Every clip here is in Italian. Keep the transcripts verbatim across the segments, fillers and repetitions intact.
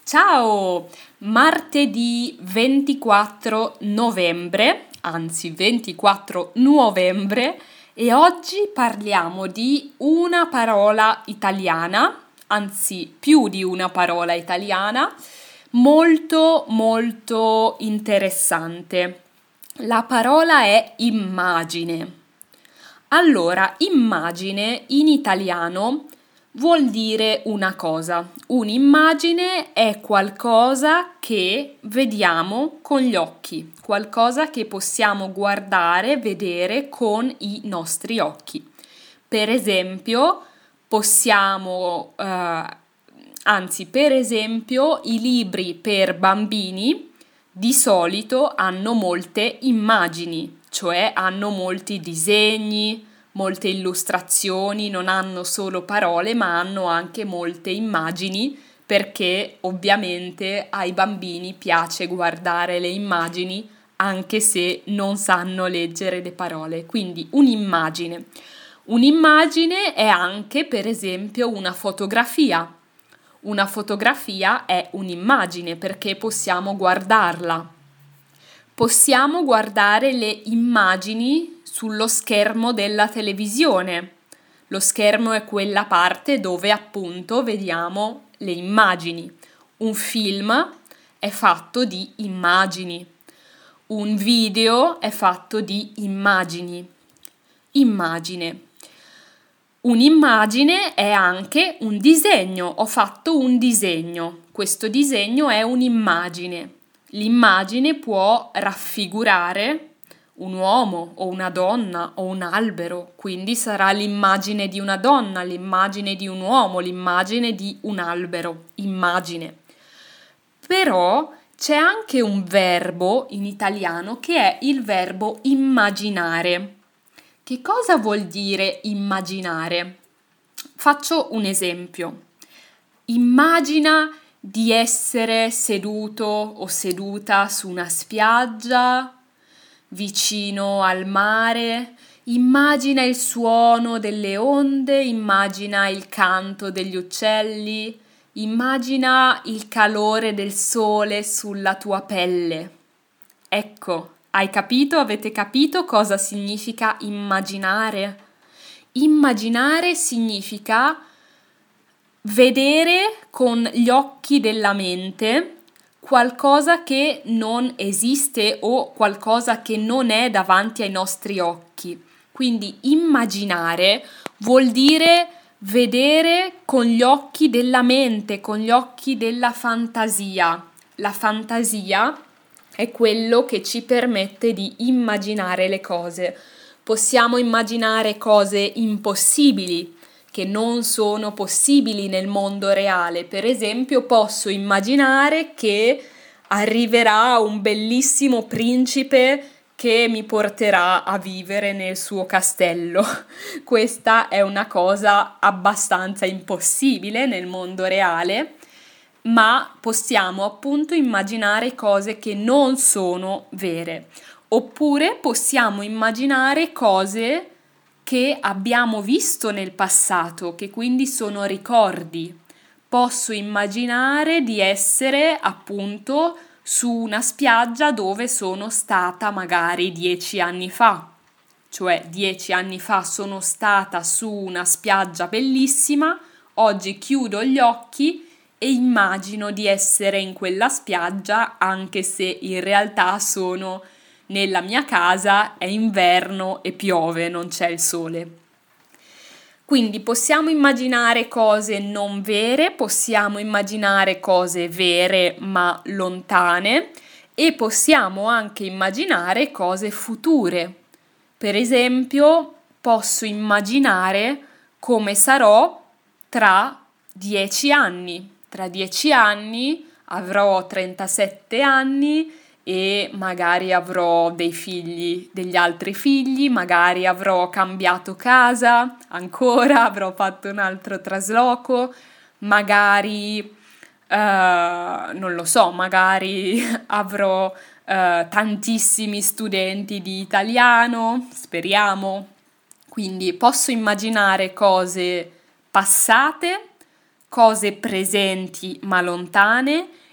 Ciao! Martedì ventiquattro novembre, anzi ventiquattro novembre, e oggi parliamo di una parola italiana, anzi più di una parola italiana, molto molto interessante. La parola è immagine. Allora, immagine in italiano vuol dire una cosa. Un'immagine è qualcosa che vediamo con gli occhi, qualcosa che possiamo guardare, vedere con i nostri occhi. Per esempio, possiamo, eh, anzi, per esempio, i libri per bambini di solito hanno molte immagini, cioè hanno molti disegni, molte illustrazioni, non hanno solo parole ma hanno anche molte immagini, perché ovviamente ai bambini piace guardare le immagini anche se non sanno leggere le parole. Quindi un'immagine. Un'immagine è anche, per esempio, una fotografia. Una fotografia è un'immagine perché possiamo guardarla. Possiamo guardare le immagini sullo schermo della televisione. Lo schermo è quella parte dove appunto vediamo le immagini. Un film è fatto di immagini. Un video è fatto di immagini. Immagine. Un'immagine è anche un disegno. Ho fatto un disegno. Questo disegno è un'immagine. L'immagine può raffigurare un uomo o una donna o un albero, quindi sarà l'immagine di una donna, l'immagine di un uomo, l'immagine di un albero, immagine. Però c'è anche un verbo in italiano che è il verbo immaginare. Che cosa vuol dire immaginare? Faccio un esempio. Immagina di essere seduto o seduta su una spiaggia vicino al mare, immagina il suono delle onde, immagina il canto degli uccelli, immagina il calore del sole sulla tua pelle. Ecco, hai capito? Avete capito cosa significa immaginare? Immaginare significa vedere con gli occhi della mente qualcosa che non esiste o qualcosa che non è davanti ai nostri occhi. Quindi immaginare vuol dire vedere con gli occhi della mente, con gli occhi della fantasia. La fantasia è quello che ci permette di immaginare le cose. Possiamo immaginare cose impossibili, che non sono possibili nel mondo reale. Per esempio, posso immaginare che arriverà un bellissimo principe che mi porterà a vivere nel suo castello. Questa è una cosa abbastanza impossibile nel mondo reale, ma possiamo appunto immaginare cose che non sono vere. Oppure possiamo immaginare cose che abbiamo visto nel passato, che quindi sono ricordi. Posso immaginare di essere appunto su una spiaggia dove sono stata magari dieci anni fa. Cioè dieci anni fa sono stata su una spiaggia bellissima, oggi chiudo gli occhi e immagino di essere in quella spiaggia anche se in realtà sono nella mia casa, è inverno e piove, non c'è il sole. Quindi possiamo immaginare cose non vere, possiamo immaginare cose vere ma lontane e possiamo anche immaginare cose future. Per esempio, posso immaginare come sarò tra dieci anni. Tra dieci anni avrò trentasette anni e magari avrò dei figli, degli altri figli, magari avrò cambiato casa, ancora avrò fatto un altro trasloco, magari, eh, non lo so, magari avrò eh, tantissimi studenti di italiano, speriamo. Quindi posso immaginare cose passate, cose presenti ma lontane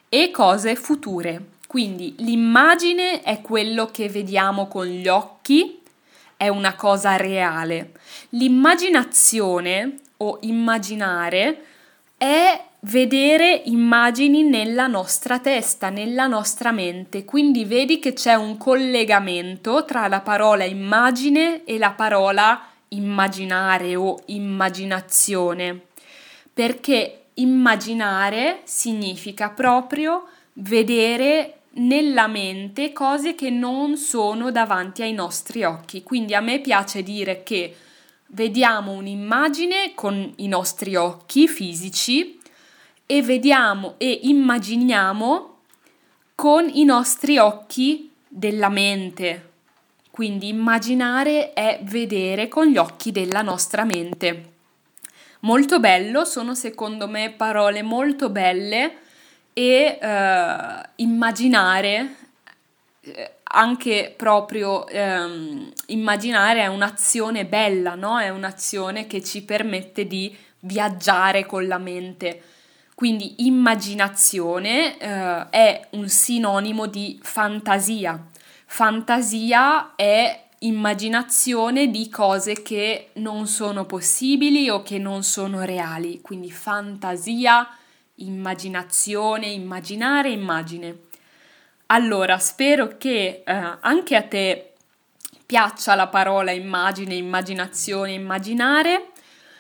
e cose future. Quindi l'immagine è quello che vediamo con gli occhi, è una cosa reale. L'immaginazione o immaginare è vedere immagini nella nostra testa, nella nostra mente. Quindi vedi che c'è un collegamento tra la parola immagine e la parola immaginare o immaginazione, perché immaginare significa proprio vedere nella mente cose che non sono davanti ai nostri occhi. Quindi a me piace dire che vediamo un'immagine con i nostri occhi fisici e vediamo e immaginiamo con i nostri occhi della mente. Quindi immaginare è vedere con gli occhi della nostra mente. Molto bello, sono secondo me parole molto belle e eh, immaginare, eh, anche proprio ehm, immaginare è un'azione bella, no? È un'azione che ci permette di viaggiare con la mente. Quindi immaginazione eh, è un sinonimo di fantasia. Fantasia è immaginazione di cose che non sono possibili o che non sono reali. Quindi fantasia, immaginazione, immaginare, immagine. Allora, spero che eh, anche a te piaccia la parola immagine, immaginazione, immaginare.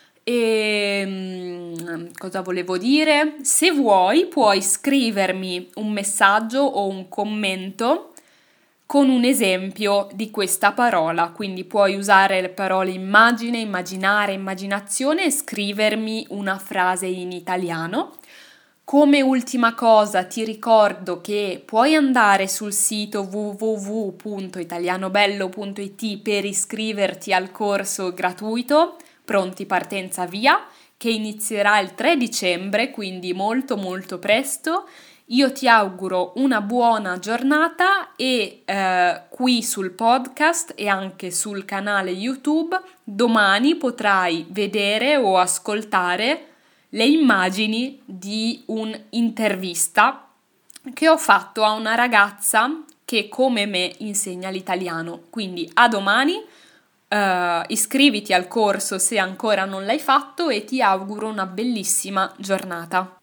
E mm, cosa volevo dire? Se vuoi, puoi scrivermi un messaggio o un commento con un esempio di questa parola, quindi puoi usare le parole immagine, immaginare, immaginazione e scrivermi una frase in italiano. Come ultima cosa ti ricordo che puoi andare sul sito w w w punto italianobello punto i t per iscriverti al corso gratuito Pronti Partenza Via, che inizierà il tre dicembre, quindi molto molto presto. Io ti auguro una buona giornata e eh, qui sul podcast e anche sul canale YouTube domani potrai vedere o ascoltare le immagini di un'intervista che ho fatto a una ragazza che come me insegna l'italiano. Quindi a domani, eh, iscriviti al corso se ancora non l'hai fatto e ti auguro una bellissima giornata.